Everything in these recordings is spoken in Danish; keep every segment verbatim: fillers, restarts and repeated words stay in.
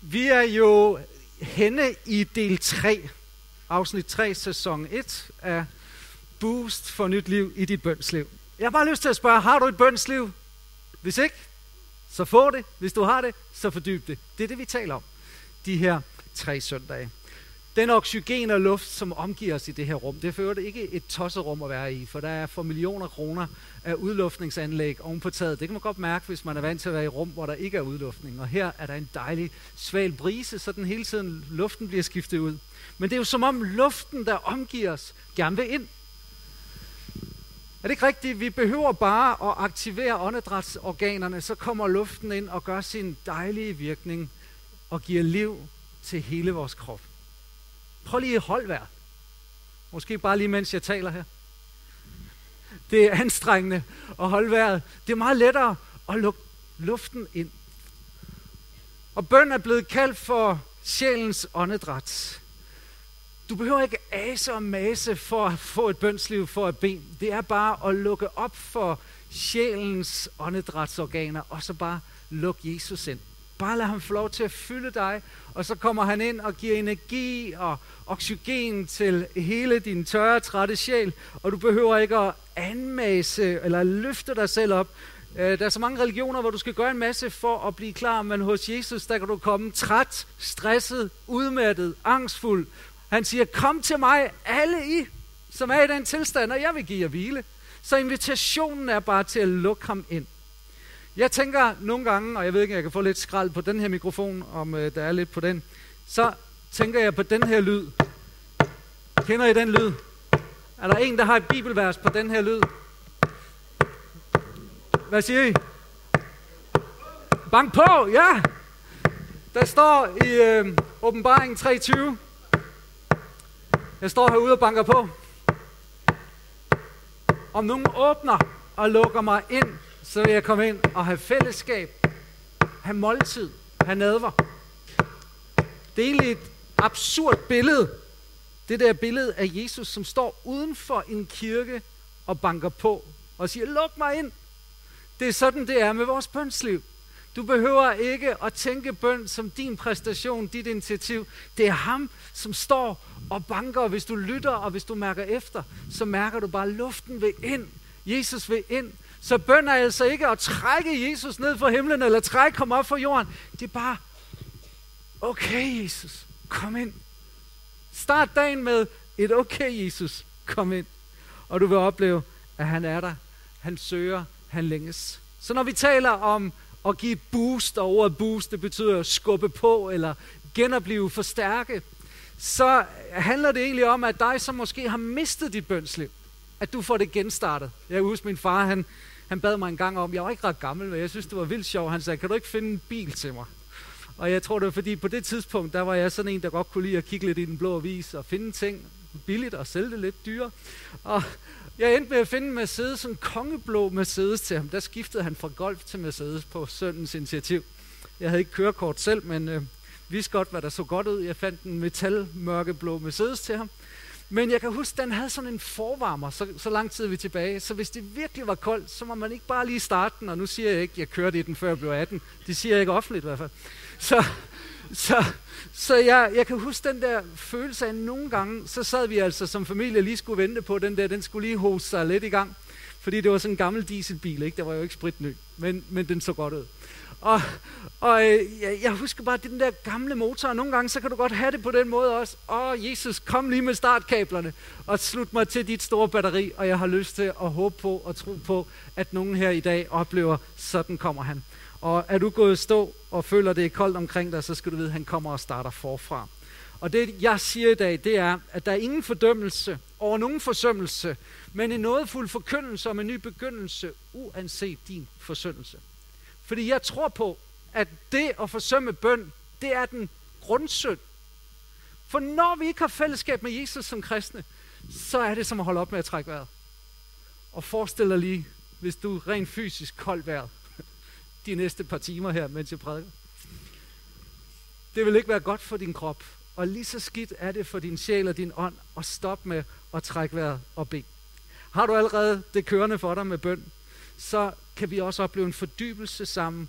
Vi er jo henne i del tre, afsnit tre, sæson et af Boost for nyt liv i dit bønsliv. Jeg har bare lyst til at spørge, har du et bønsliv? Hvis ikke, så få det. Hvis du har det, så fordyb det. Det er det, vi taler om de her tre søndage. Den oxygen og luft, som omgiver os i det her rum, det fører det ikke et tosserum at være i, for der er for millioner kroner af udluftningsanlæg oven på taget. Det kan man godt mærke, hvis man er vant til at være i rum, hvor der ikke er udluftning. Og her er der en dejlig sval brise, så den hele tiden luften bliver skiftet ud. Men det er jo som om luften, der omgiver os, gerne vil ind. Er det ikke rigtigt? Vi behøver bare at aktivere åndedrætsorganerne, så kommer luften ind og gør sin dejlige virkning og giver liv til hele vores krop. Prøv lige at holde vejret. Måske bare lige mens jeg taler her. Det er anstrengende at holde vejret. Det er meget lettere at lukke luften ind. Og bøn er blevet kaldt for sjælens åndedræt. Du behøver ikke ase og mase for at få et bønsliv for at bede. Det er bare at lukke op for sjælens åndedrætsorganer, og så bare lukke Jesus ind. Bare lad ham få lov til at fylde dig, og så kommer han ind og giver energi og oxygen til hele din tørre, trætte sjæl, og du behøver ikke at anmase eller løfte dig selv op. Der er så mange religioner, hvor du skal gøre en masse for at blive klar, men hos Jesus, der kan du komme træt, stresset, udmattet, angstfuld. Han siger, kom til mig, alle I, som er i den tilstand, og jeg vil give jer hvile. Så invitationen er bare til at lukke ham ind. Jeg tænker nogle gange, og jeg ved ikke, jeg kan få lidt skrald på den her mikrofon, om øh, der er lidt på den, så tænker jeg på den her lyd. Kender I den lyd? Er der en, der har et bibelvers på den her lyd? Hvad siger I? Bank på, ja! Der står i øh, Åbenbaringen tre tyve. Jeg står herude og banker på. Om nogen åbner og lukker mig ind, så vil jeg komme ind og have fællesskab, have måltid, have nadver. Det er egentlig et absurd billede. Det der billede af Jesus, som står uden for en kirke og banker på og siger, luk mig ind. Det er sådan, det er med vores bønsliv. Du behøver ikke at tænke bøn som din præstation, dit initiativ. Det er ham, som står og banker, og hvis du lytter, og hvis du mærker efter, så mærker du bare, at luften vil ind. Jesus vil ind. Så bøn er altså ikke at trække Jesus ned fra himlen, eller trække ham op fra jorden. Det er bare, okay Jesus, kom ind. Start dagen med et okay Jesus, kom ind. Og du vil opleve, at han er der. Han søger, han længes. Så når vi taler om at give boost, og ordet boost, det betyder at skubbe på, eller genopleve, forstærke, så handler det egentlig om, at dig, som måske har mistet dit bønsliv, at du får det genstartet. Jeg husker min far, han, han bad mig en gang om, jeg var ikke ret gammel, men jeg synes, det var vildt sjovt. Han sagde, kan du ikke finde en bil til mig? Og jeg tror, det var fordi, på det tidspunkt, der var jeg sådan en, der godt kunne lide at kigge lidt i den blå avis, og finde ting billigt, og sælge det lidt dyre. Og jeg endte med at finde en Mercedes, en kongeblå Mercedes til ham. Der skiftede han fra Golf til Mercedes på søndens initiativ. Jeg havde ikke kørekort selv, men øh, vidste godt, hvad der så godt ud. Jeg fandt en metalmørkeblå Mercedes til ham. Men jeg kan huske, den havde sådan en forvarmer, så, så lang tid er vi tilbage. Så hvis det virkelig var koldt, så må man ikke bare lige starte den. Og nu siger jeg ikke, at jeg kørte i den, før jeg blev atten. Det siger jeg ikke offentligt i hvert fald. Så, så, så jeg, jeg kan huske den der følelse af, nogle gange, så sad vi altså som familie lige skulle vente på den der, den skulle lige hoste sig lidt i gang. Fordi det var sådan en gammel dieselbil, ikke? Der var jo ikke spritny, men, men den så godt ud. Og, og øh, jeg, jeg husker bare, den der gamle motor, og nogle gange, så kan du godt have det på den måde også. Åh, Jesus, kom lige med startkablerne, og slut mig til dit store batteri, og jeg har lyst til at håbe på og tro på, at nogen her i dag oplever, sådan kommer han. Og er du gået stå og føler, det er koldt omkring dig, så skal du vide, at han kommer og starter forfra. Og det, jeg siger i dag, det er, at der er ingen fordømmelse over nogen forsømmelse, men en nådefuld forkyndelse om en ny begyndelse, uanset din forsømmelse. Fordi jeg tror på, at det at forsømme bøn, det er den grundsynd. For når vi ikke har fællesskab med Jesus som kristne, så er det som at holde op med at trække vejret. Og forestil dig lige, hvis du rent fysisk koldt vejret de næste par timer her, mens jeg prædiker. Det vil ikke være godt for din krop. Og lige så skidt er det for din sjæl og din ånd at stoppe med at trække vejret og bede. Har du allerede det kørende for dig med bøn, så kan vi også opleve en fordybelse sammen,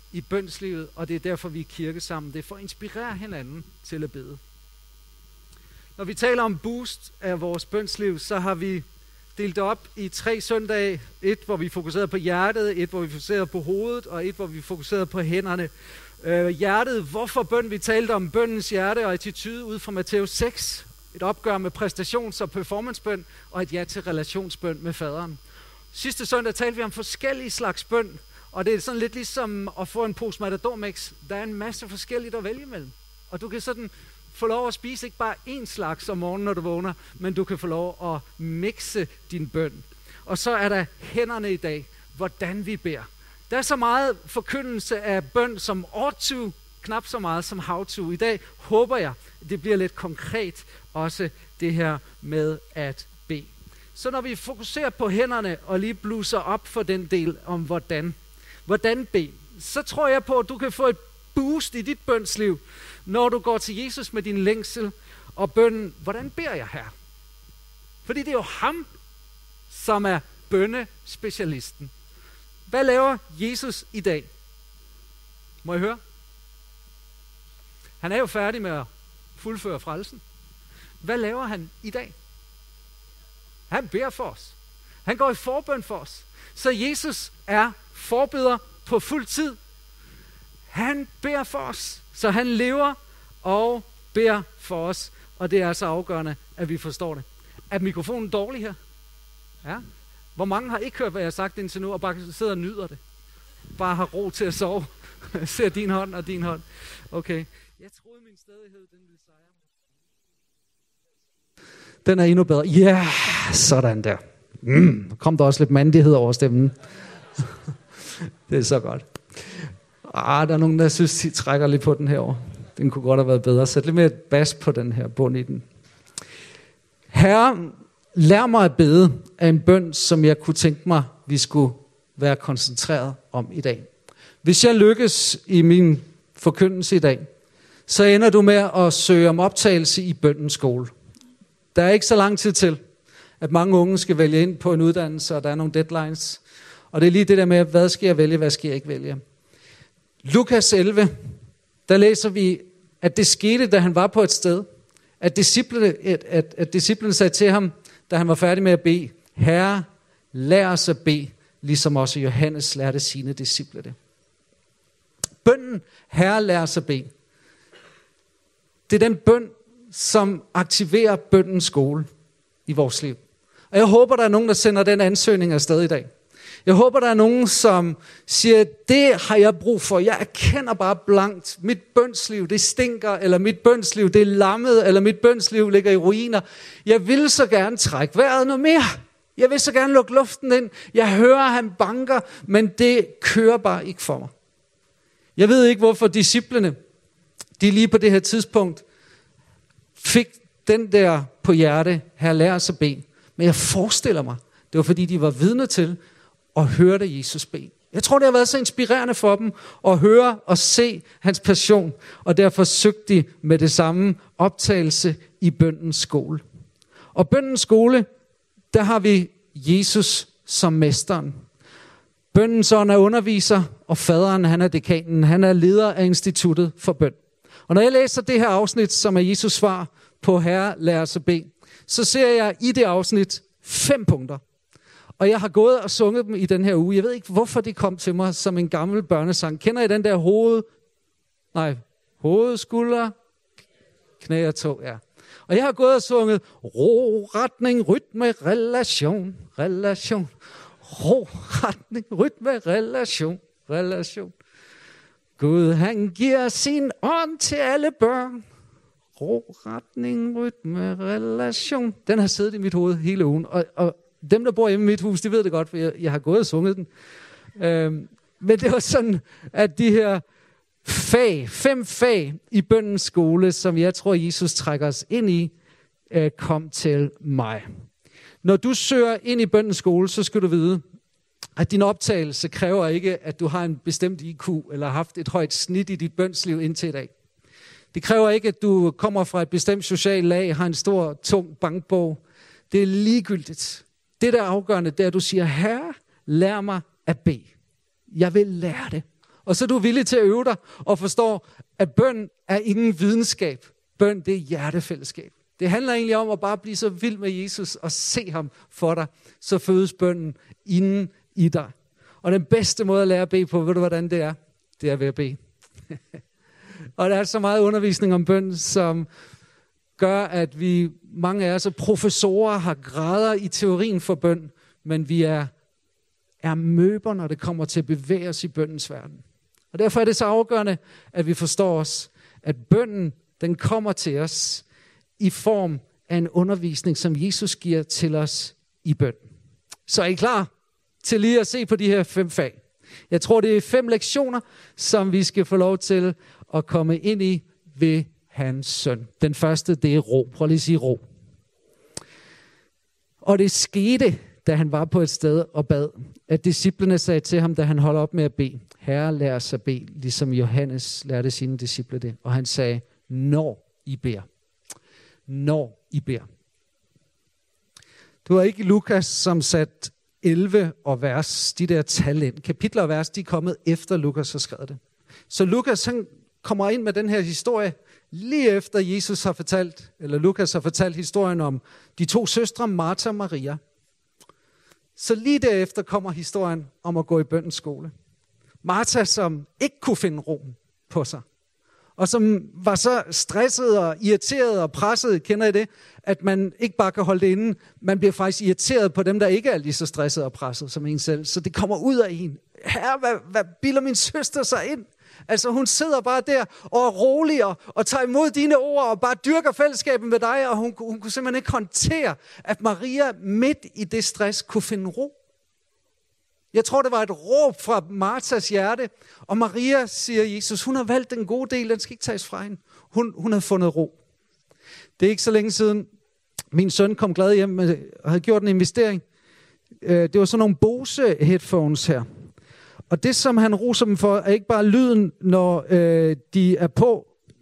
i bønslivet, og det er derfor, vi er kirke sammen. Det er for at inspirere hinanden til at bede. Når vi taler om boost af vores bønsliv, så har vi delt det op i tre søndage. Et, hvor vi fokuserede på hjertet, et, hvor vi fokuserede på hovedet, og et, hvor vi fokuserede på hænderne. Øh, hjertet, hvorfor bøn? Vi talte om bønnens hjerte og attitude ud fra Matthæus seks. Et opgør med præstations- og performancebøn, og et ja til relationsbøn med faderen. Sidste søndag talte vi om forskellige slags bøn, og det er sådan lidt ligesom at få en pose Matador-mix. Der er en masse forskelligt at vælge mellem. Og du kan sådan få lov at spise ikke bare én slags om morgenen, når du vågner, men du kan få lov at mixe din bøn. Og så er der hænderne i dag, hvordan vi beder. Der er så meget forkyndelse af bøn som ought to, knap så meget som how to. I dag håber jeg, det bliver lidt konkret også det her med at bede. Så når vi fokuserer på hænderne og lige bluser op for den del om hvordan, hvordan bede, så tror jeg på, at du kan få et boost i dit bønsliv, når du går til Jesus med din længsel og bønnen, hvordan beder jeg her? Fordi det er jo ham, som er bønnespecialisten. Hvad laver Jesus i dag? Må jeg høre? Han er jo færdig med at fuldføre frelsen. Hvad laver han i dag? Han beder for os. Han går i forbøn for os. Så Jesus er forbeder på fuld tid. Han beder for os. Så han lever og beder for os. Og det er så afgørende, at vi forstår det. Er mikrofonen dårlig her? Ja. Hvor mange har ikke hørt, hvad jeg har sagt indtil nu, og bare sidder og nyder det? Bare har ro til at sove. Ser din hånd og din hånd. Okay. Jeg troede, min stædighed, den ville sejre. Den er endnu bedre. Ja, yeah, sådan der. Mm, kom der også lidt mandighed over stemmen. Det er så godt. Ah, der er nogen, der synes, de trækker lidt på den herovre. Den kunne godt have været bedre. Sæt lidt mere bas på den her bund i den. Herre, lær mig at bede af en bøn, som jeg kunne tænke mig, vi skulle være koncentreret om i dag. Hvis jeg lykkes i min forkyndelse i dag, så ender du med at søge om optagelse i bønnens skole. Der er ikke så lang tid til, at mange unge skal vælge ind på en uddannelse, og der er nogle deadlines. Og det er lige det der med, hvad skal jeg vælge, hvad skal jeg ikke vælge. Lukas elleve, der læser vi, at det skete, da han var på et sted, at disciplene, at, at, at disciplene sagde til ham, da han var færdig med at bede, Herre, lær os at bede, ligesom også Johannes lærte sine disciple det. Bønnen, Herre, lær os at bede. Det er den bøn, som aktiverer bønnens skole i vores liv. Og jeg håber, der er nogen, der sender den ansøgning afsted i dag. Jeg håber, der er nogen, som siger, det har jeg brug for. Jeg erkender bare blankt. Mit bønsliv, det stinker, eller mit bønsliv, det er lammet, eller mit bønsliv ligger i ruiner. Jeg vil så gerne trække vejret noget mere. Jeg vil så gerne lukke luften ind. Jeg hører, han banker, men det kører bare ikke for mig. Jeg ved ikke, hvorfor disciplene, de lige på det her tidspunkt, fik den der på hjerte, her lærer os at bede. Men jeg forestiller mig, det var fordi, de var vidne til at høre Jesus bede. Jeg tror, det har været så inspirerende for dem at høre og se hans passion, og derfor søgte de med det samme optagelse i bønnens skole. Og bønnens skole, der har vi Jesus som mesteren. Bønnens ånd er underviser, og faderen, han er dekanen. Han er leder af instituttet for bøn. Og når jeg læser det her afsnit, som er Jesus svar på Herre, lær os at bede, så ser jeg i det afsnit fem punkter. Og jeg har gået og sunget dem i den her uge. Jeg ved ikke, hvorfor de kom til mig som en gammel børnesang. Kender I den der hoved... Nej, hoved, skulder, knæ og tå, ja. Og jeg har gået og sunget ro, retning, rytme, relation, relation. Ro, retning, rytme, relation, relation. Gud, han giver sin ånd til alle børn. Ro, retning, rytme, relation. Den har siddet i mit hoved hele ugen. Og, og dem, der bor hjemme i mit hus, de ved det godt, for jeg, jeg har gået og sunget den. Øhm, men det var sådan, at de her fag, fem fag i bønnens skole, som jeg tror, Jesus trækker os ind i, øh, kom til mig. Når du søger ind i bønnens skole, så skal du vide, at din optagelse kræver ikke, at du har en bestemt I Q, eller har haft et højt snit i dit bønsliv indtil i dag. Det kræver ikke, at du kommer fra et bestemt socialt lag, har en stor, tung bankbog. Det er ligegyldigt. Det, der er afgørende, det er, at du siger, Herre, lær mig at bede. Jeg vil lære det. Og så er du villig til at øve dig og forstår, at bøn er ingen videnskab. Bøn, det er hjertefællesskab. Det handler egentlig om at bare blive så vild med Jesus og se ham for dig. Så fødes bønnen inden i dig. Og den bedste måde at lære at bede på, ved du hvordan det er? Det er ved at bede. Og der er så meget undervisning om bøn, som gør, at vi, mange af os professorer, har grader i teorien for bøn, men vi er, er møber, når det kommer til at bevæge os i bønnens verden. Og derfor er det så afgørende, at vi forstår os, at bønnen, den kommer til os i form af en undervisning, som Jesus giver til os i bøn. Så er I klar til lige at se på de her fem fag? Jeg tror, det er fem lektioner, som vi skal få lov til at komme ind i ved hans søn. Den første, det er ro. Prøv lige at sige ro. Og det skete, da han var på et sted og bad, at disciplene sagde til ham, da han holdt op med at bede, Herre, lær os at bede, ligesom Johannes lærte sine disciple det. Og han sagde, når I beder. Når I beder. Det var ikke Lukas, som satte elleve og vers, de der tal ind. Kapitler og vers, de er kommet efter Lukas har skrevet det. Så Lukas, han kommer ind med den her historie, lige efter Jesus har fortalt, eller Lukas har fortalt historien om de to søstre, Martha og Maria. Så lige derefter kommer historien om at gå i bønnens skole. Martha, som ikke kunne finde roen på sig, og som var så stresset og irriteret og presset, kender I det, at man ikke bare kan holde det inde, man bliver faktisk irriteret på dem, der ikke er lige så stresset og presset som en selv. Så det kommer ud af en. Herre, hvad, hvad bilder min søster sig ind? Altså hun sidder bare der og er rolig og, og tager imod dine ord og bare dyrker fællesskabet med dig, og hun, hun kunne simpelthen ikke håndtere, at Maria midt i det stress kunne finde ro. Jeg tror, det var et råb fra Marthas hjerte, og Maria, siger Jesus, hun har valgt den gode del, den skal ikke tages fra hende. Hun, hun har fundet ro. Det er ikke så længe siden, min søn kom glad hjem med, og havde gjort en investering. Det var sådan nogle Bose headphones her. Og det, som han roser dem for, er ikke bare lyden, når øh, de er på.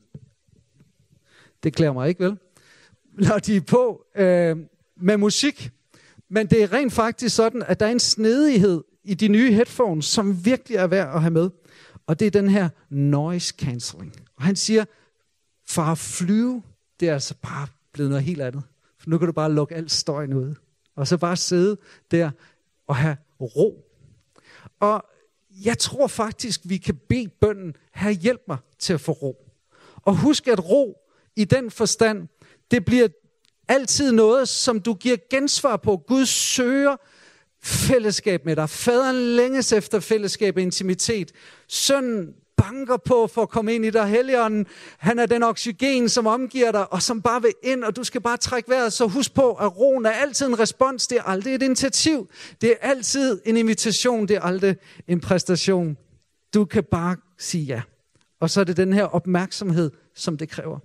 Det klæder mig ikke, vel? Når de er på øh, med musik. Men det er rent faktisk sådan, at der er en snedighed i de nye headphones, som virkelig er værd at have med. Og det er den her noise cancelling. Og han siger, fra at flyve, det er altså bare blevet noget helt andet. For nu kan du bare lukke al støjen ud. Og så bare sidde der og have ro. Og jeg tror faktisk, vi kan bede bønnen, Herre, hjælp mig til at få ro. Og husk, at ro i den forstand, det bliver altid noget, som du giver gensvar på. Gud søger fællesskab med dig. Faderen længes efter fællesskab og intimitet. Sønnen banker på for at komme ind i dig. Helligånden, han er den oxygen, som omgiver dig, og som bare vil ind, og du skal bare trække vejret. Så husk på, at roen er altid en respons. Det er aldrig et initiativ. Det er altid en invitation. Det er aldrig en præstation. Du kan bare sige ja. Og så er det den her opmærksomhed, som det kræver.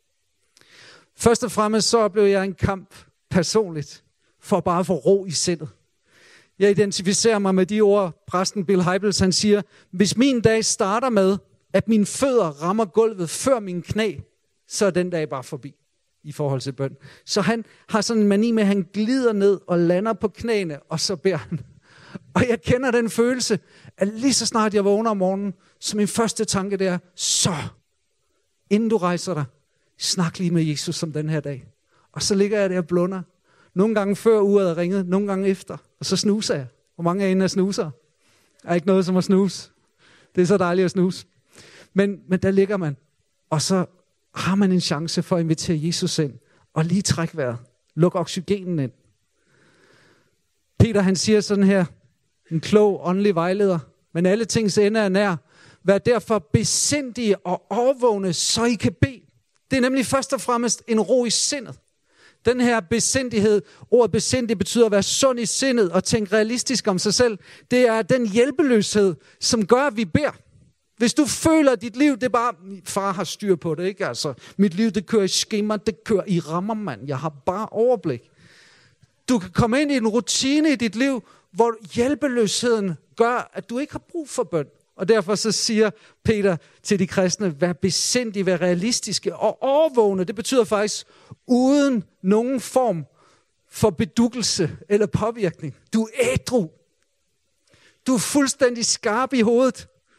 Først og fremmest så oplever jeg en kamp personligt, for bare at få ro i sindet. Jeg identificerer mig med de ord, præsten Bill Hybels, han siger, hvis min dag starter med, at mine fødder rammer gulvet før mine knæ, så er den dag bare forbi i forhold til bøn. Så han har sådan en mani med, at han glider ned og lander på knæene, og så beder han. Og jeg kender den følelse, at lige så snart jeg vågner om morgenen, så min første tanke det er, så, inden du rejser dig, snak lige med Jesus om den her dag. Og så ligger jeg der og blunder. Nogle gange før uret er ringet, nogle gange efter. Og så snuser jeg. Hvor mange af jer er snuser? Der er ikke noget som at snuse. Det er så dejligt at snuse. Men, men der ligger man. Og så har man en chance for at invitere Jesus ind. Og lige trække vejret. Luk oxygenen ind. Peter han siger sådan her. En klog, åndelig vejleder. Men alle tings ende er nær. Vær derfor besindige og overvågne, så I kan bede. Det er nemlig først og fremmest en ro i sindet. Den her besindighed, ordet besindig betyder at være sund i sindet og tænke realistisk om sig selv. Det er den hjælpeløshed, som gør, at vi beder. Hvis du føler, at dit liv, det er bare, far har styr på det, ikke? Altså, mit liv, det kører i skema, det kører i rammer, mand. Jeg har bare overblik. Du kan komme ind i en rutine i dit liv, hvor hjælpeløsheden gør, at du ikke har brug for bøn. Og derfor så siger Peter til de kristne, vær besindige, vær realistiske og overvågne. Det betyder faktisk uden nogen form for bedukkelse eller påvirkning. Du er ædru. Du er fuldstændig skarp i hovedet.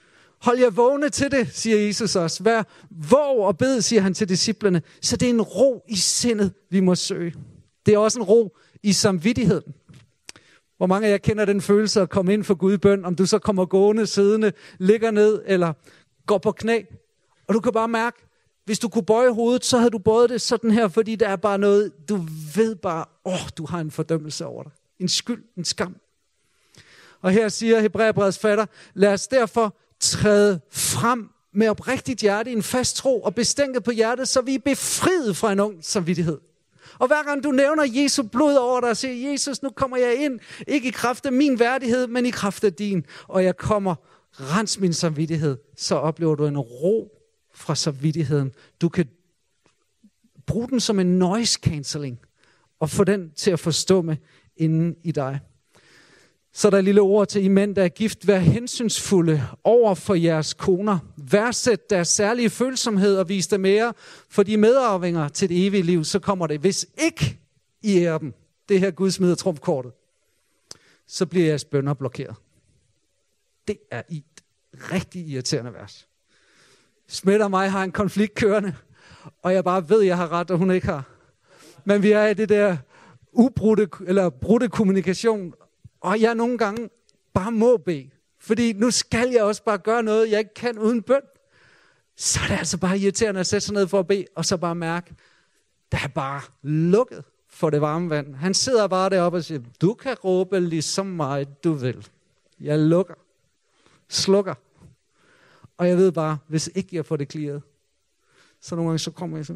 Hold jer vågne til det, siger Jesus også. Vær våg og bed, siger han til disciplene. Så det er en ro i sindet, vi må søge. Det er også en ro i samvittigheden. Hvor mange af jer kender den følelse at komme ind for Gud i bøn, om du så kommer gående, siddende, ligger ned eller går på knæ. Og du kan bare mærke, hvis du kunne bøje hovedet, så havde du bøjet det sådan her, fordi der er bare noget, du ved bare, åh, oh, du har en fordømmelse over dig. En skyld, en skam. Og her siger Hebræerbrevets fatter, lad os derfor træde frem med oprigtigt hjerte, en fast tro og bestænket på hjertet, så vi er befriet fra en ung samvittighed. Og hver gang du nævner Jesu blod over dig og siger, Jesus, nu kommer jeg ind, ikke i kraft af min værdighed, men i kraft af din, og jeg kommer, rens min samvittighed, så oplever du en ro fra samvittigheden. Du kan bruge den som en noise cancelling, og få den til at forstå med inden i dig. Så er der et lille ord til I mænd, der er gift. Vær hensynsfulde over for jeres koner. Værdsæt deres særlige følsomhed og vis dem mere for de medarvinger til det evige liv. Så kommer det, hvis ikke I ærer dem, det her Gud smider trumfkortet, så bliver jeres bønner blokeret. Det er et rigtig irriterende vers. Smidt og mig har en konflikt kørende, og jeg bare ved, at jeg har ret, og hun ikke har. Men vi er i det der ubrudte eller brudte kommunikation, og jeg nogle gange bare må bede. Fordi nu skal jeg også bare gøre noget, jeg ikke kan uden bøn. Så er det altså bare irriterende at sætte sig ned for at bede, og så bare mærke, der er bare lukket for det varme vand. Han sidder bare deroppe og siger, du kan råbe ligesom mig, du vil. Jeg lukker, slukker. Og jeg ved bare, hvis ikke jeg får det clearet, så nogle gange så kommer jeg sådan,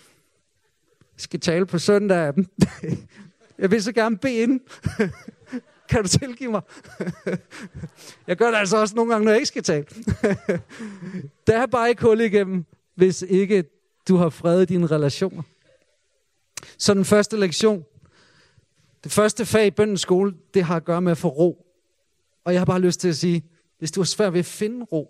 jeg skal tale på søndag. Jeg vil så gerne bede inden. Kan du tilgive mig? Jeg gør det altså også nogle gange, når jeg ikke skal tale. Der er bare ikke hul igennem, hvis ikke du har fred i dine relationer. Så den første lektion, det første fag i bøndens skole, det har at gøre med at få ro. Og jeg har bare lyst til at sige, hvis du er svært ved at finde ro,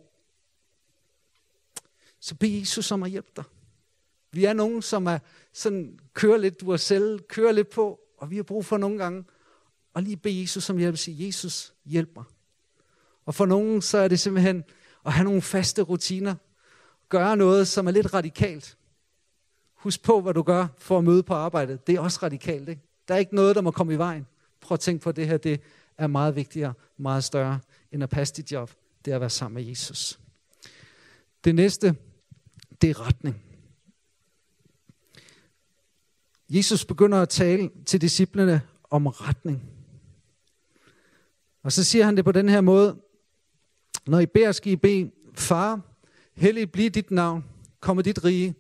så bed Jesus om at hjælpe dig. Vi er nogen, som er sådan, kører lidt, du har selv, kører lidt på, og vi har brug for nogle gange, og lige bede Jesus om hjælp og sige, Jesus, hjælp mig. Og for nogen, så er det simpelthen at have nogle faste rutiner, gøre noget, som er lidt radikalt. Husk på, hvad du gør for at møde på arbejdet. Det er også radikalt, ikke? Der er ikke noget, der må komme i vejen. Prøv at tænke på, at det her det er meget vigtigere, meget større, end at passe dit job. Det er at være sammen med Jesus. Det næste, det er retning. Jesus begynder at tale til disciplene om retning. Og så siger han det på den her måde. Når I beder, skal I bede, Far, hellig blive dit navn, komme dit rige.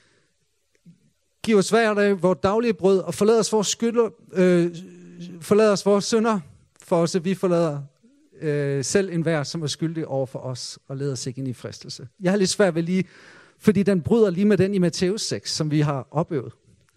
Giv os hver dag vores daglige brød, og forlad os vores skylder, øh, forlad os vores synder, for os at vi forlader øh, selv enhver, som er skyldig over for os, og leder os ikke ind i fristelse. Jeg har lidt svært ved lige, fordi den bryder lige med den i Matthæus seks, som vi har opøvet.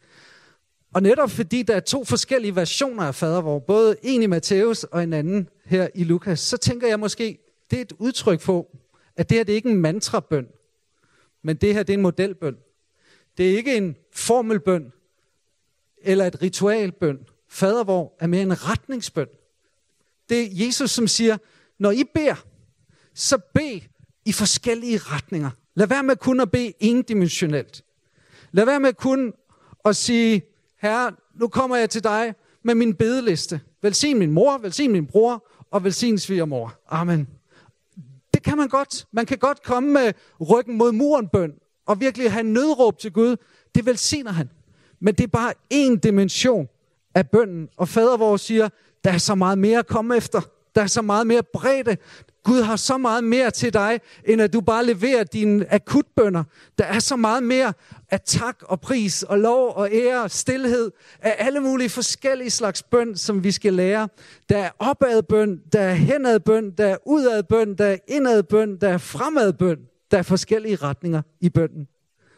Og netop fordi der er to forskellige versioner af fadervor, både en i Matthæus og en anden her i Lukas, så tænker jeg måske, det er et udtryk på, at det her det er ikke en mantrabøn, men det her det er en modelbøn. Det er ikke en formelbøn eller et ritualbøn. Fadervor er mere en retningsbøn. Det er Jesus, som siger, når I beder, så bed i forskellige retninger. Lad være med kun at bede endimensionelt. Lad være med kun at sige, Herre, nu kommer jeg til dig med min bedeliste. Velsign min mor, velsign min bror og velsign svigermor. Amen. Det kan man godt. Man kan godt komme med ryggen mod muren bøn og virkelig have nødråb til Gud. Det velsigner han. Men det er bare en dimension af bønnen. Og fadervor siger, der er så meget mere at komme efter. Der er så meget mere bredde. Gud har så meget mere til dig, end at du bare leverer dine akutbønner. Der er så meget mere af tak og pris og lov og ære og stillhed af alle mulige forskellige slags bøn, som vi skal lære. Der er opadbøn, der er henadbøn, der er udadbøn, der er indadbøn, der er fremadbøn. Der er forskellige retninger i bønnen.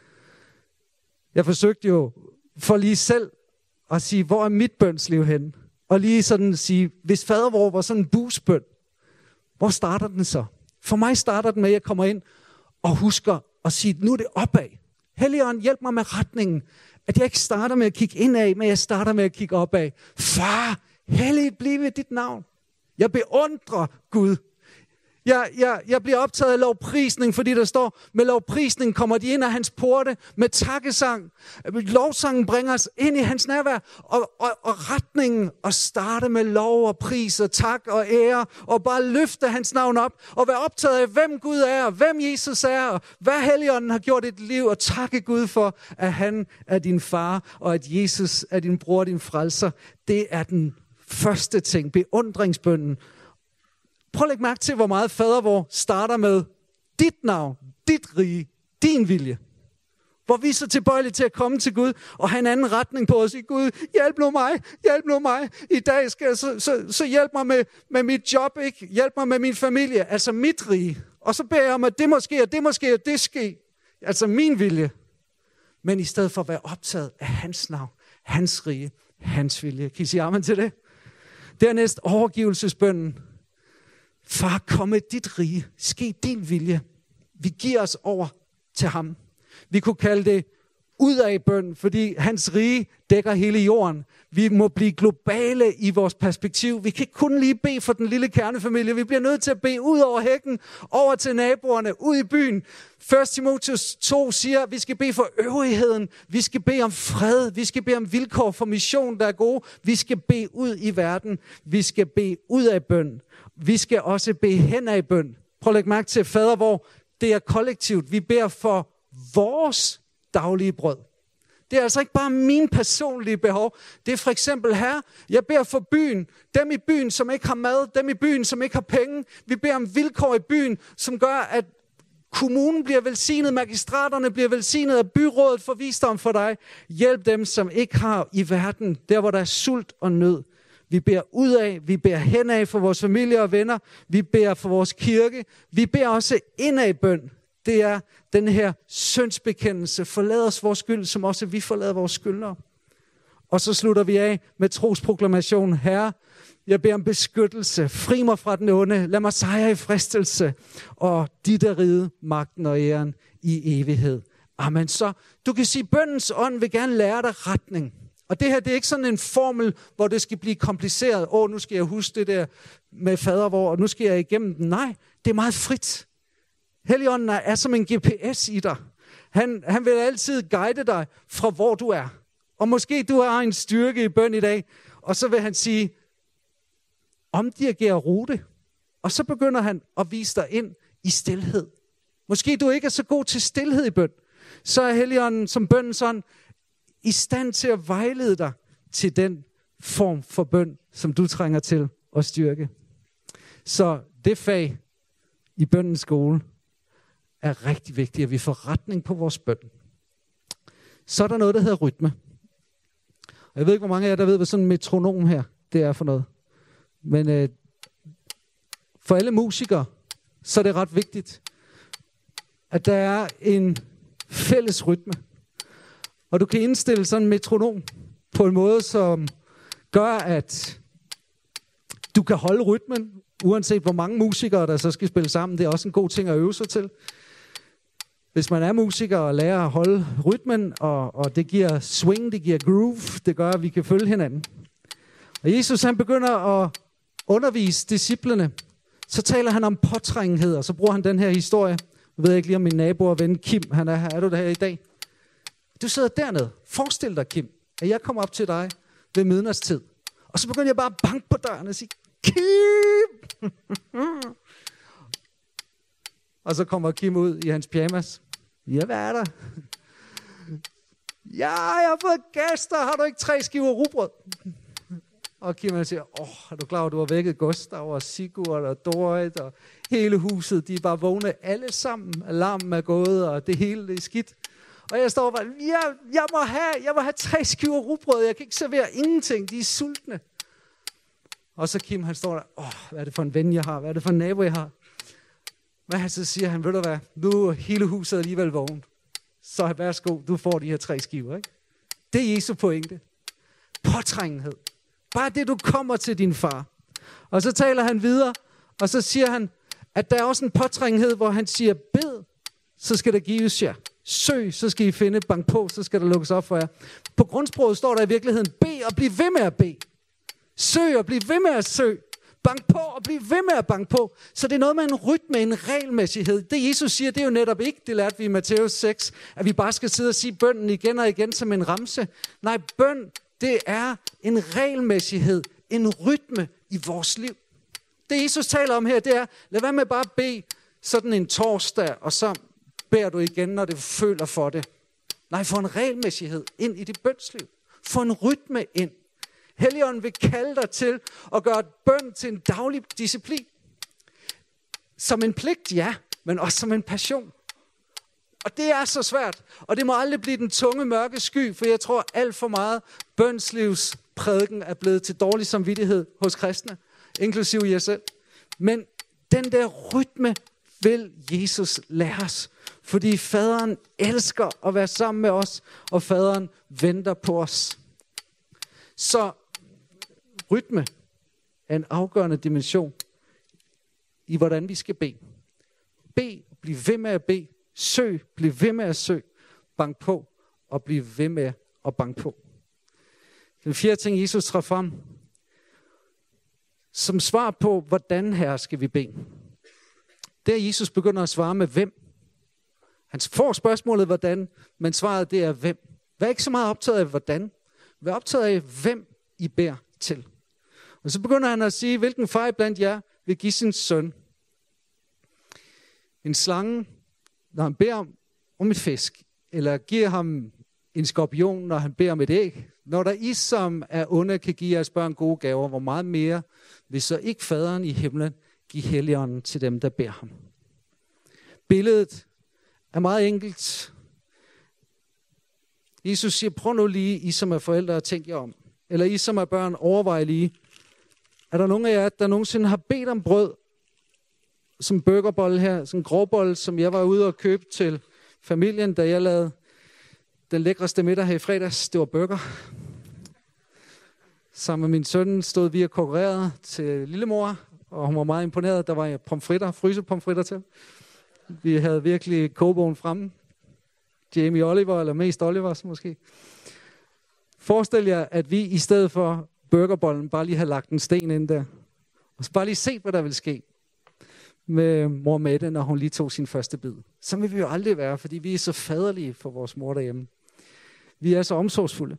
Jeg forsøgte jo for lige selv at sige, hvor er mit bønsliv henne? Og lige sådan sige, hvis fadervor var sådan en busbøn, hvor starter den så? For mig starter den med, at jeg kommer ind og husker at sige, nu er det opad. Helligånd, hjælp mig med retningen. At jeg ikke starter med at kigge indad, men jeg starter med at kigge opad. Far, helligt blive dit navn. Jeg beundrer Gud. Jeg, jeg, jeg bliver optaget af lovprisning, fordi der står, med lovprisning kommer de ind af hans porte med takkesang. Lovsangen bringer os ind i hans nærvær, og, og, og retningen at starte med lov og pris og tak og ære, og bare løfte hans navn op, og være optaget af, hvem Gud er, hvem Jesus er, og hvad Helligånden har gjort i dit liv, og takke Gud for, at han er din far, og at Jesus er din bror, din frelser. Det er den første ting, beundringsbønnen. Prøv at lægge mærke til, hvor meget fadervor starter med dit navn, dit rige, din vilje. Hvor vi er så tilbøjelige til at komme til Gud og have en anden retning på os. Gud, hjælp nu mig, hjælp nu mig. I dag skal jeg, så, så, så hjælp mig med, med mit job, ikke? Hjælp mig med min familie, altså mit rige. Og så beder jeg om, at det må ske, og det må ske, og det ske. Altså min vilje. Men i stedet for at være optaget af hans navn, hans rige, hans vilje. Kan I sige amen til det? Dernæst overgivelsesbønnen. Far, kom med dit rige. Ske din vilje. Vi giver os over til ham. Vi kunne kalde det ud af bøn, fordi hans rige dækker hele jorden. Vi må blive globale i vores perspektiv. Vi kan ikke kun lige bede for den lille kernefamilie. Vi bliver nødt til at bede ud over hækken, over til naboerne, ud i byen. første Timotheus to siger, at vi skal bede for øvrigheden. Vi skal bede om fred. Vi skal bede om vilkår for mission, der er gode. Vi skal bede ud i verden. Vi skal bede ud af bøn. Vi skal også bede hen af bøn. Prøv at lægge mærke til, fader, hvor det er kollektivt. Vi beder for vores daglige brød. Det er altså ikke bare mine personlige behov. Det er for eksempel her, jeg beder for byen. Dem i byen, som ikke har mad. Dem i byen, som ikke har penge. Vi beder om vilkår i byen, som gør, at kommunen bliver velsignet, magistraterne bliver velsignet, og byrådet får visdom for dig. Hjælp dem, som ikke har i verden, der hvor der er sult og nød. Vi beder ud af, vi beder hen af for vores familie og venner. Vi beder for vores kirke. Vi beder også ind af bøn. Det er den her syndsbekendelse. Forlad os vores skyld, som også vi forlader vores skyldnere. Og så slutter vi af med trosproklamation. Herre, jeg beder om beskyttelse. Fri mig fra den onde. Lad mig sejre i fristelse. Og dit er riget, magten og æren i evighed. Amen. Så du kan sige, bønnens ånd vil gerne lære dig retning. Og det her, det er ikke sådan en formel, hvor det skal blive kompliceret. Åh, nu skal jeg huske det der med fadervor, og nu skal jeg igennem den. Nej, det er meget frit. Helligånden er som en G P S i dig. Han, han vil altid guide dig fra hvor du er. Og måske du har en styrke i bøn i dag, og så vil han sige, omdirigere rute. Og så begynder han at vise dig ind i stilhed. Måske du ikke er så god til stilhed i bøn. Så er Helligånden som bønnen sådan, i stand til at vejlede dig til den form for bøn, som du trænger til at styrke. Så det fag i bønnens skole er rigtig vigtigt, at vi får retning på vores bøn. Så er der noget, der hedder rytme. Og jeg ved ikke, hvor mange af jer, der ved, hvad sådan en metronom her, det er for noget. Men øh, for alle musikere, så er det ret vigtigt, at der er en fælles rytme. Og du kan indstille sådan en metronom på en måde, som gør, at du kan holde rytmen, uanset hvor mange musikere, der så skal spille sammen. Det er også en god ting at øve sig til. Hvis man er musiker og lærer at holde rytmen, og, og det giver swing, det giver groove, det gør, at vi kan følge hinanden. Og Jesus, han begynder at undervise disciplene. Så taler han om påtrængenhed, og så bruger han den her historie. Jeg ved ikke lige om min nabo og ven Kim, han er her. Er du der her i dag? Du sidder dernede. Forestil dig, Kim, at jeg kommer op til dig ved midnatstid. Og så begynder jeg bare at banke på døren og sige, Kim! Og så kommer Kim ud i hans pyjamas. Ja, hvad er der? Ja, jeg har fået gæster. Har du ikke tre skiver rugbrød? Og Kim han siger, åh, er du klar, at du har vækket Gustav og Sigurd og Dorit og hele huset. De er bare vågne alle sammen. Alarmen er gået, og det hele det er skidt. Og jeg står bare, jeg, jeg, må have, jeg må have tre skiver rugbrød. Jeg kan ikke servere ingenting. De er sultne. Og så Kim, han står der, åh, hvad er det for en ven, jeg har? Hvad er det for en nabo, jeg har? Men så siger han, ved du hvad, nu er hele huset alligevel vågent. Så værsgo, du får de her tre skiver, ikke? Det er Jesu pointe. Påtrængenhed. Bare det, du kommer til din far. Og så taler han videre, og så siger han, at der er også en påtrængenhed, hvor han siger, bed, så skal der gives jer. Søg, så skal I finde. Bank på, så skal der lukkes op for jer. På grundsproget står der i virkeligheden, bed og bliv ved med at bede. Søg og bliv ved med at søge. Bank på og bliv ved med at banke på. Så det er noget med en rytme, en regelmæssighed. Det Jesus siger, det er jo netop ikke, det lærte vi i Matthæus seks, at vi bare skal sidde og sige bønnen igen og igen som en ramse. Nej, bøn, det er en regelmæssighed, en rytme i vores liv. Det Jesus taler om her, det er, lad være med bare at bede sådan en torsdag, og så beder du igen, når du føler for det. Nej, få en regelmæssighed ind i dit bønsliv. Få en rytme ind. Helligånden vil kalde dig til at gøre bøn til en daglig disciplin. Som en pligt, ja, men også som en passion. Og det er så svært, og det må aldrig blive den tunge mørke sky, for jeg tror alt for meget bønslivsprædiken er blevet til dårlig samvittighed hos kristne, inklusive jer selv. Men den der rytme vil Jesus lære os, fordi faderen elsker at være sammen med os, og faderen venter på os. Så rytme er en afgørende dimension i, hvordan vi skal bede. Bed, bliv ved med at bede. Søg, bliv ved med at søge. Bank på, og bliv ved med at banke på. Den fjerde ting, Jesus træder frem, som svar på, hvordan her skal vi bede. Der Jesus begynder at svare med hvem. Han får spørgsmålet, hvordan, men svaret det er hvem. Vær ikke så meget optaget af, hvordan. Vær optaget af, hvem I beder til. Og så begynder han at sige, hvilken far blandt jer vil give sin søn en slange, når han beder om, om et fisk, eller giver ham en skorpion, når han beder om et æg. Når der I, som er onde, kan give jeres børn gode gaver, hvor meget mere vil så ikke faderen i himlen give Helligånden til dem, der beder ham. Billedet er meget enkelt. Jesus siger, prøv nu lige, I som er forældre, at tænke jer om. Eller I som er børn, overvej lige. Er der nogen af jer, der nogensinde har bedt om brød, som burgerbolle her, sådan en grovbolle, som jeg var ude og købe til familien, da jeg lavede den lækreste middag her i fredags. Det var burger. Sammen med min søn stod vi og konkurrerede til lillemor, og hun var meget imponeret. Der var pomfritter, fryse pomfritter til. Vi havde virkelig kogebogen fremme. Jamie Oliver, eller mest Oliver måske. Forestil jer, at vi i stedet for burgerbollen bare lige har lagt en sten ind der. Og så bare lige set, hvad der vil ske med mor Mette, når hun lige tog sin første bid. Så vil vi jo aldrig være, fordi vi er så faderlige for vores mor derhjemme. Vi er så omsorgsfulde.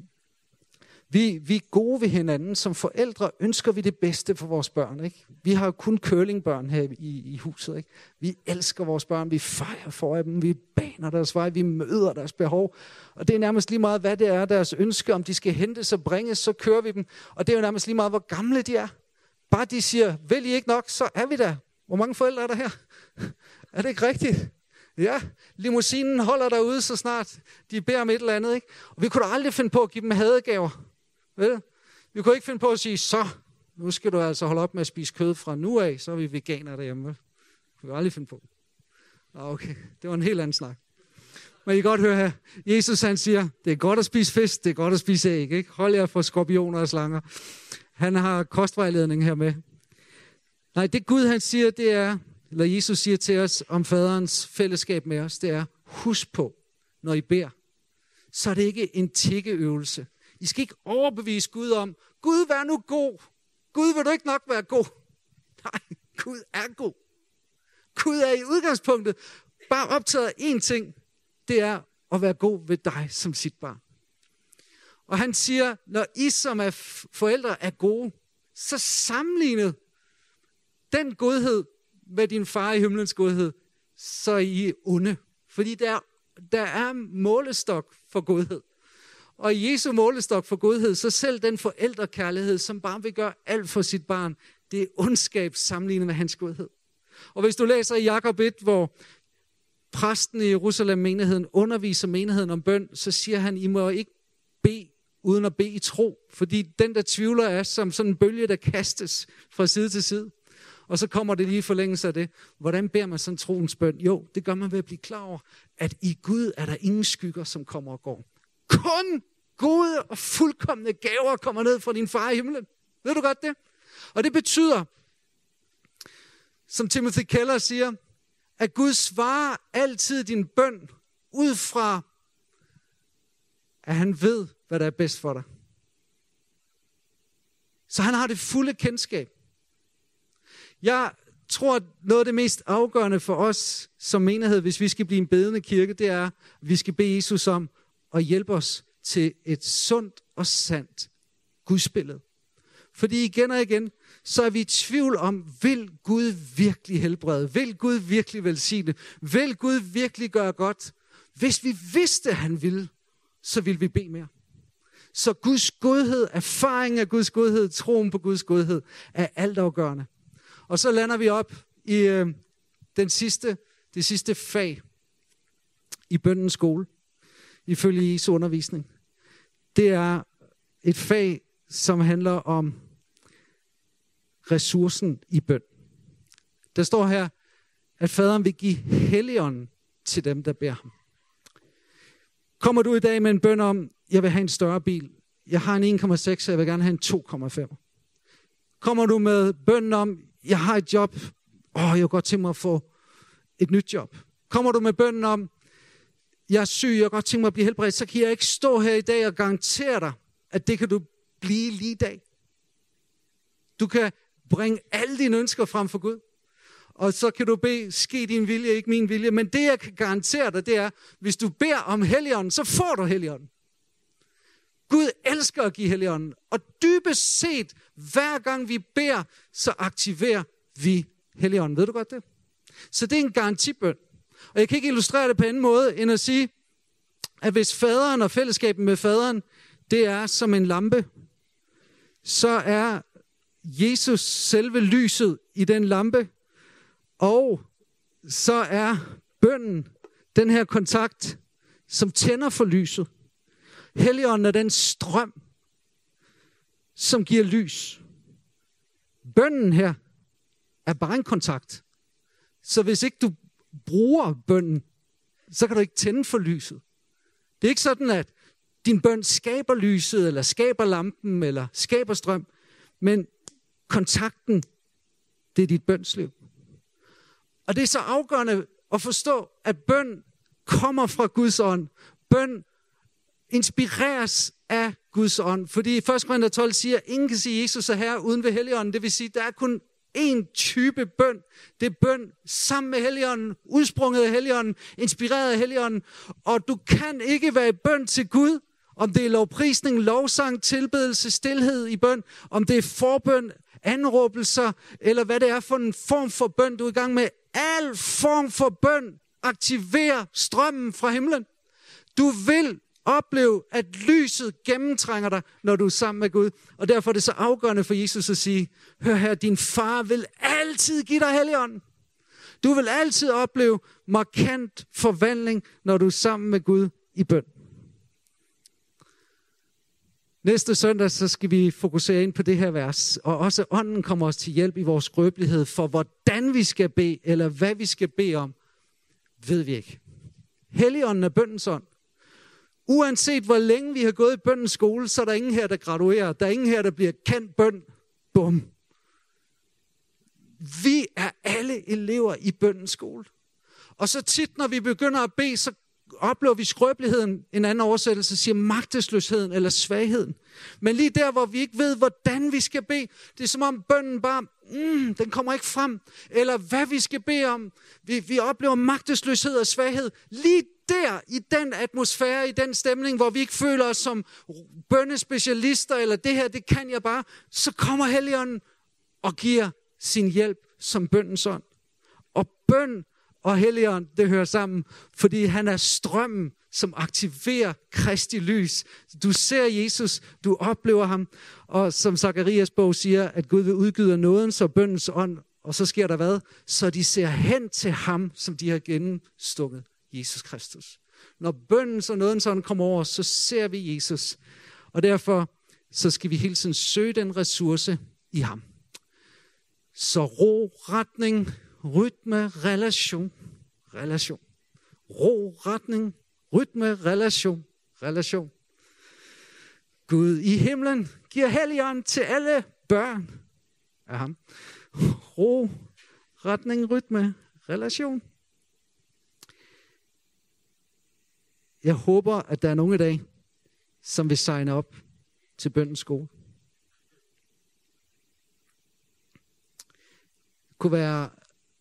Vi, vi er gode ved hinanden. Som forældre ønsker vi det bedste for vores børn. Ikke? Vi har jo kun curlingbørn her i, i huset. Ikke? Vi elsker vores børn. Vi fejrer for dem. Vi baner deres vej. Vi møder deres behov. Og det er nærmest lige meget, hvad det er, deres ønske. Om de skal hentes og bringes, så kører vi dem. Og det er jo nærmest lige meget, hvor gamle de er. Bare de siger, vil I ikke nok, så er vi der. Hvor mange forældre er der her? Er det ikke rigtigt? Ja, limousinen holder derude, så snart de beder om et eller andet. Ikke? Og vi kunne da aldrig finde på at give dem hadegaver. Vel? Vi kunne ikke finde på at sige, så, nu skal du altså holde op med at spise kød fra nu af, så er vi veganere derhjemme. Vel? Det kunne vi aldrig finde på. Okay, det var en helt anden snak. Men I kan godt høre her, Jesus han siger, det er godt at spise fisk, det er godt at spise æg. Ikke? Hold jer for skorpioner og slanger. Han har kostvejledning her med. Nej, det Gud han siger, det er, eller Jesus siger til os om faderens fællesskab med os, det er, husk på, når I beder, så er det ikke en tiggeøvelse. I skal ikke overbevise Gud om, Gud, vær nu god. Gud, vil du ikke nok være god? Nej, Gud er god. Gud er i udgangspunktet bare optaget af én ting. Det er at være god ved dig som sit barn. Og han siger, når I som er forældre er gode, så sammenlignet den godhed med din far i himlens godhed, så er I onde. Fordi der, der er målestok for godhed. Og i Jesu målestok for godhed, så selv den forældrekærlighed, som bare vil gøre alt for sit barn, det er ondskab sammenlignet med hans godhed. Og hvis du læser i Jakob et, hvor præsten i Jerusalem menigheden underviser menigheden om bøn, så siger han, I må ikke bede uden at bede i tro. Fordi den, der tvivler, er som sådan en bølge, der kastes fra side til side. Og så kommer det lige i forlængelse af det. Hvordan beder man sådan troens bøn? Jo, det gør man ved at blive klar over, at i Gud er der ingen skygger, som kommer og går. Kun gode og fuldkomne gaver kommer ned fra din far i himlen. Ved du godt det? Og det betyder, som Timothy Keller siger, at Gud svarer altid din bøn ud fra, at han ved, hvad der er bedst for dig. Så han har det fulde kendskab. Jeg tror, at noget af det mest afgørende for os som menighed, hvis vi skal blive en bedende kirke, det er, at vi skal bede Jesus om at hjælpe os til et sundt og sandt gudsbillede. Fordi igen og igen, så er vi i tvivl om, vil Gud virkelig helbrede? Vil Gud virkelig velsigne? Vil Gud virkelig gøre godt? Hvis vi vidste, at han ville, så ville vi bede mere. Så Guds godhed, erfaringen af Guds godhed, troen på Guds godhed, er altafgørende. Og så lander vi op i øh, den sidste, det sidste fag i bønnens skole, ifølge Jesu undervisning. Det er et fag, som handler om ressourcen i bøn. Der står her, at faderen vil give Helligånden til dem, der beder ham. Kommer du i dag med en bøn om, jeg vil have en større bil, jeg har en en komma seks, og jeg vil gerne have en to komma fem. Kommer du med bønnen om, jeg har et job, åh, jeg vil godt tænke mig at få et nyt job. Kommer du med bønnen om, jeg er syg, jeg vil godt tænke mig at blive helbredt, så kan jeg ikke stå her i dag og garantere dig, at det kan du blive lige i dag. Du kan bringe alle dine ønsker frem for Gud. Og så kan du bede, ske din vilje, ikke min vilje. Men det, jeg kan garantere dig, det er, hvis du beder om Helligånden, så får du Helligånden. Gud elsker at give Helligånden. Og dybest set, hver gang vi beder, så aktiverer vi Helligånden. Ved du godt det? Så det er en garantibøn. Og jeg kan ikke illustrere det på anden måde, end at sige, at hvis faderen og fællesskabet med faderen, det er som en lampe, så er Jesus selve lyset i den lampe, og så er bønnen den her kontakt, som tænder for lyset. Helligånden er den strøm, som giver lys. Bønnen her er bare en kontakt. Så hvis ikke du bruger bønnen, så kan du ikke tænde for lyset. Det er ikke sådan, at din bøn skaber lyset, eller skaber lampen, eller skaber strøm. Men kontakten, det er dit bønsliv. Og det er så afgørende at forstå, at bøn kommer fra Guds ånd. Bøn inspireres af Guds ånd. Fordi i første Korinther tolv siger, at ingen kan sige Jesus er herre uden ved Helligånden. Det vil sige, at der er kun én type bøn. Det er bøn sammen med Helligånden, udsprunget af Helligånden, inspireret af Helligånden. Og du kan ikke være i bøn til Gud, om det er lovprisning, lovsang, tilbedelse, stilhed i bøn, om det er forbøn, anråbelser, eller hvad det er for en form for bøn, du er i gang med. Al form for bøn aktiverer strømmen fra himlen. Du vil opleve, at lyset gennemtrænger dig, når du er sammen med Gud. Og derfor er det så afgørende for Jesus at sige, hør her, din far vil altid give dig Helligånden. Du vil altid opleve markant forvandling, når du er sammen med Gud i bøn. Næste søndag, så skal vi fokusere ind på det her vers, og også ånden kommer os til hjælp i vores skrøbelighed, for hvordan vi skal bede, eller hvad vi skal bede om, ved vi ikke. Helligånden er bønnens ånd. Uanset hvor længe vi har gået i bønnens skole, så er der ingen her, der graduerer. Der er ingen her, der bliver kendt bøn. Bum. Vi er alle elever i bønnens skole. Og så tit, når vi begynder at bede, så oplever vi skrøbeligheden. En anden oversættelse siger magtesløsheden eller svagheden. Men lige der, hvor vi ikke ved, hvordan vi skal bede, det er som om bønnen bare, mm, den kommer ikke frem. Eller hvad vi skal bede om. Vi, vi oplever magtesløshed og svaghed. Lige der, i den atmosfære, i den stemning, hvor vi ikke føler os som bønnespecialister, eller det her, det kan jeg bare, så kommer Helligånden og giver sin hjælp som bønnens ånd. Og bøn og Helligånd, det hører sammen, fordi han er strømmen, som aktiverer Kristi lys. Du ser Jesus, du oplever ham, og som Zakarias bog siger, at Gud vil udgyde nådens og bønnens ånd, og så sker der hvad? Så de ser hen til ham, som de har gennemstukket, Jesus Kristus. Når bønnens og nådens ånd kommer over, så ser vi Jesus, og derfor så skal vi hele tiden søge den ressource i ham. Så ro, retning, rytme, relation, relation. Ro, retning, rytme, relation, relation. Gud i himlen giver Helligånden til alle børn af ham. Ro, retning, rytme, relation. Jeg håber, at der er nogen i dag, som vil signe op til bønnens skole. kunne være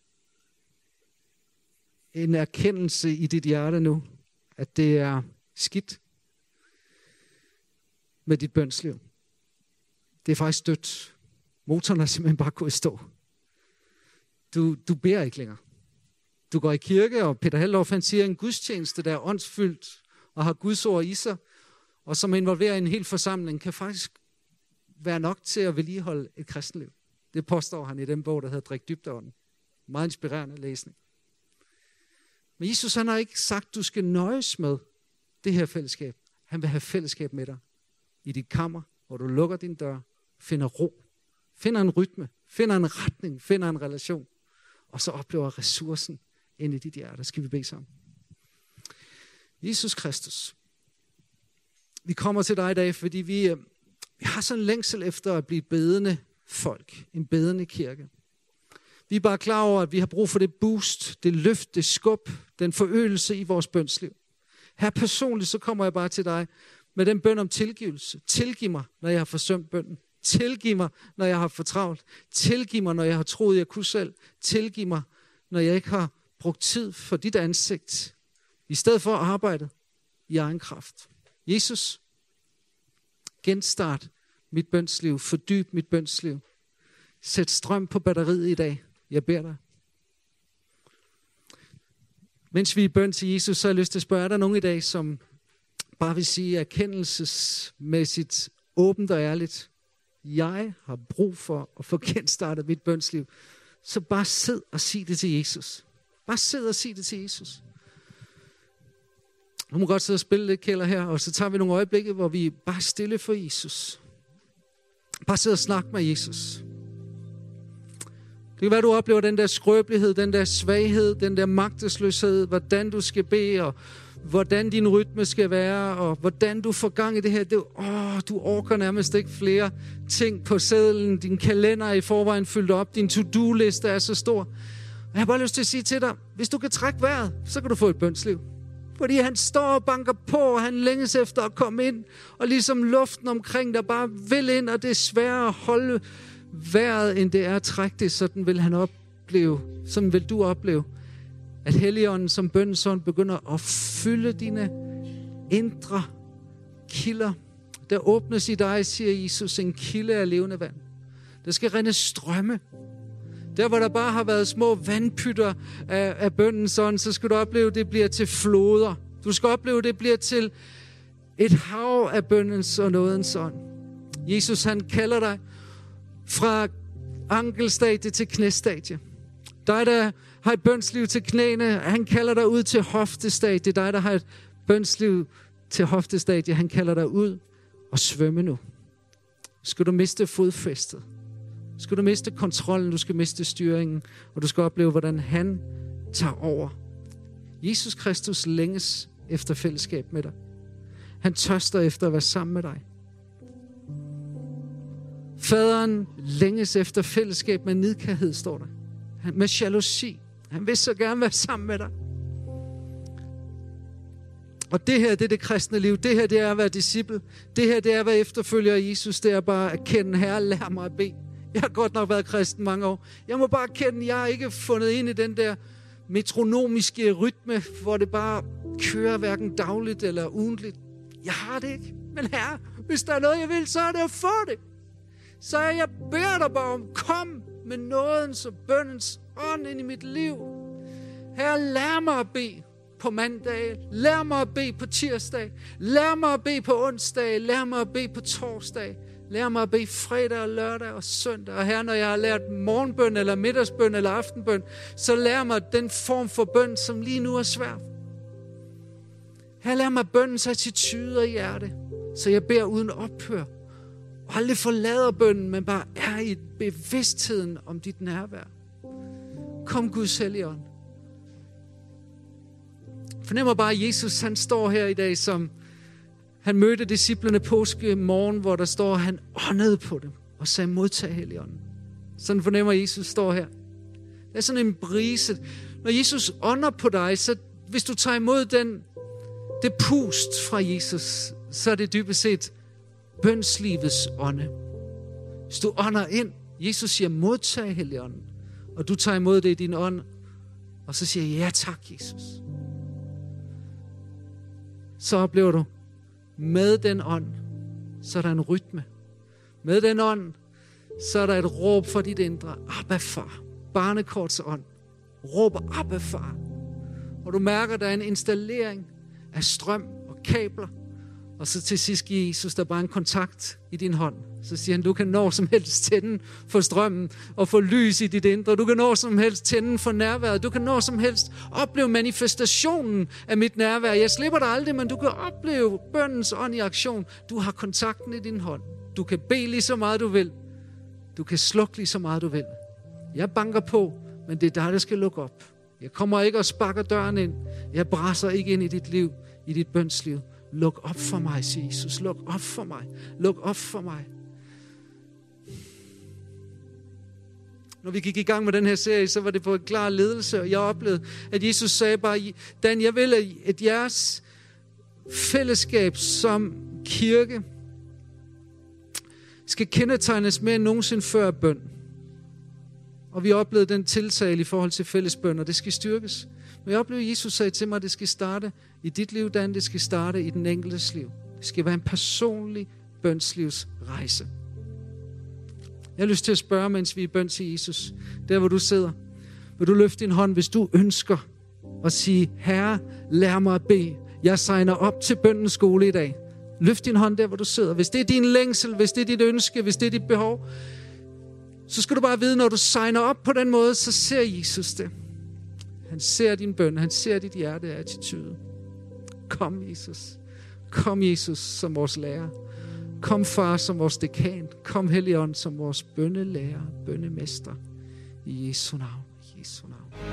en erkendelse i dit hjerte nu, at det er skidt med dit bønsliv. Det er faktisk dødt. Motoren er simpelthen bare gået i stå. Du, du beder ikke længere. Du går i kirke, og Peter Helldorf han siger, en gudstjeneste, der er åndsfyldt og har Guds ord i sig, og som involverer en hel forsamling, kan faktisk være nok til at vedligeholde et kristenliv. Det påstår han i den bog, der hedder Drik dybt af ånden. Meget inspirerende læsning. Men Jesus han har ikke sagt, at du skal nøjes med det her fællesskab. Han vil have fællesskab med dig i dit kammer, hvor du lukker din dør, finder ro, finder en rytme, finder en retning, finder en relation, og så oplever ressourcen ind i dit hjerte. Skal vi bede sammen? Jesus Kristus, vi kommer til dig i dag, fordi vi, vi har sådan en længsel efter at blive bedende folk, en bedende kirke. Vi er bare klar over, at vi har brug for det boost, det løft, det skub, den forøgelse i vores bønsliv. Her personligt, så kommer jeg bare til dig med den bøn om tilgivelse. Tilgiv mig, når jeg har forsømt bønnen. Tilgiv mig, når jeg har for travlt. Tilgiv mig, når jeg har troet, jeg kunne selv. Tilgiv mig, når jeg ikke har brugt tid for dit ansigt, i stedet for at arbejde i egen kraft. Jesus, genstart mit bønsliv, fordyb mit bønsliv. Sæt strøm på batteriet i dag. Jeg beder dig. Mens vi er i bøn til Jesus, så har jeg lyst til at spørge, er der nogen i dag, som bare vil sige erkendelsesmæssigt, åbent og ærligt, jeg har brug for at få genstartet mit bønsliv. Så bare sid og sig det til Jesus. Bare sid og sig det til Jesus. Nu må godt sidde og spille lidt kælder her, og så tager vi nogle øjeblikke, hvor vi bare er stille for Jesus. Bare sidde og snakke med Jesus. Det kan være, du oplever den der skrøbelighed, den der svaghed, den der magtesløshed, hvordan du skal bede, og hvordan din rytme skal være, og hvordan du får gang i det her. Det, åh, du orker nærmest ikke flere ting på sedlen. Din kalender er i forvejen fyldt op. Din to-do-liste er så stor. Og jeg har bare lyst til at sige til dig, hvis du kan trække vejret, så kan du få et bønsliv. Fordi han står og banker på, og han længes efter at komme ind, og ligesom luften omkring dig bare vil ind, og det er sværere at holde vejret, end det er at trække det, sådan vil han opleve, sådan vil du opleve, at Helligånden som bønnens ånd begynder at fylde dine indre kilder. Der åbnes i dig, siger Jesus, en kilde af levende vand. Der skal rinde strømme. Der, hvor der bare har været små vandpytter af, af bønnens ånd, så skal du opleve, at det bliver til floder. Du skal opleve, at det bliver til et hav af bønnens og nådens ånd. Jesus, han kalder dig fra ankelstadie til knæstadie. Dig, der har et bønsliv til knæene, han kalder dig ud til hoftestadie. Dig, der har et bønsliv til hoftestadie, han kalder dig ud og svømme nu. Skal du miste fodfæstet? Skal du miste kontrollen? Du skal miste styringen, og du skal opleve, hvordan han tager over. Jesus Kristus længes efter fællesskab med dig. Han tørster efter at være sammen med dig. Faderen længes efter fællesskab med nidkærhed, står der. Med jalousi. Han vil så gerne være sammen med dig. Og det her, det er det kristne liv. Det her, det er at være disciple. Det her, det er at være efterfølger af Jesus. Det er bare at kende, Herre, lær mig at bede. Jeg har godt nok været kristen mange år. Jeg må bare kende, jeg har ikke fundet ind i den der metronomiske rytme, hvor det bare kører hverken dagligt eller ugentligt. Jeg har det ikke. Men Herre, hvis der er noget, jeg vil, så er det at få det. Så jeg beder dig bare om, kom med nådens og bønnens ånd ind i mit liv. Herre, lær mig at bede på mandag. Lær mig at bede på tirsdag. Lær mig at bede på onsdag. Lær mig at bede på torsdag. Lær mig at bede fredag og lørdag og søndag. Og Herre, når jeg har lært morgenbøn eller middagsbøn eller aftenbøn, så lær mig den form for bøn, som lige nu er svær. Herre, lær mig bønnens attitude og hjerte, så jeg beder uden ophør. Og aldrig forlader bønnen, men bare er i bevidstheden om dit nærvær. Kom Guds Helligånd. Fornemmer bare, at Jesus han står her i dag, som han mødte disciplene påske morgen, hvor der står, at han åndede på dem og sagde, modtag Helligånden. Sådan fornemmer Jesus står her. Det er sådan en brise. Når Jesus ånder på dig, så hvis du tager imod den, det pust fra Jesus, så er det dybest set bønslivets ånde. Hvis du ånder ind, Jesus siger, modtag Helligånden. og du tager imod det i din ånd, og så siger jeg, ja tak, Jesus. Så oplever du, med den ånd, så er der en rytme. Med den ånd, så er der et råb for dit indre. Abba, far. Barnekorts ånd. Råber, Abba, far. Og du mærker, der er en installering af strøm og kabler. Og så til sidst giver Jesus der bare en kontakt i din hånd. Så siger han, du kan når som helst tænde for strømmen og få lys i dit indre. Du kan når som helst tænde for nærværet. Du kan når som helst opleve manifestationen af mit nærvær. Jeg slipper dig aldrig, men du kan opleve bønnens ånd i aktion. Du har kontakten i din hånd. Du kan bede lige så meget du vil. Du kan slukke lige så meget du vil. Jeg banker på, men det er dig, der skal lukke op. Jeg kommer ikke og sparker døren ind. Jeg brasser ikke ind i dit liv, i dit bønsliv. Luk op for mig, siger Jesus. Luk op for mig. Luk op for mig. Når vi gik i gang med den her serie, så var det på en klar ledelse, og jeg oplevede, at Jesus sagde bare, Dan, jeg vil, at jeres fællesskab som kirke skal kendetegnes mere end nogensinde før af bøn. Og vi oplevede den tiltale i forhold til fællesbøn, og det skal styrkes. Men jeg oplevede, at Jesus sagde til mig, at det skal starte i dit liv, Dan, det skal starte i den enkeltes liv. Det skal være en personlig bønslivsrejse. Jeg har lyst til at spørge, mens vi er i bøn til Jesus, der hvor du sidder. Vil du løfte din hånd, hvis du ønsker at sige, Herre, lær mig at bede. Jeg signer op til bønnens skole i dag. Løft din hånd der, hvor du sidder. Hvis det er din længsel, hvis det er dit ønske, hvis det er dit behov, så skal du bare vide, når du signer op på den måde, så ser Jesus det. Han ser din bøn, han ser dit hjerte og attitude. Kom, Jesus. Kom, Jesus, som vores lærer. Kom, far, som vores dekan. Kom, Helligånd, som vores bønnelærer, bønnemester. I Jesu navn. I Jesu navn.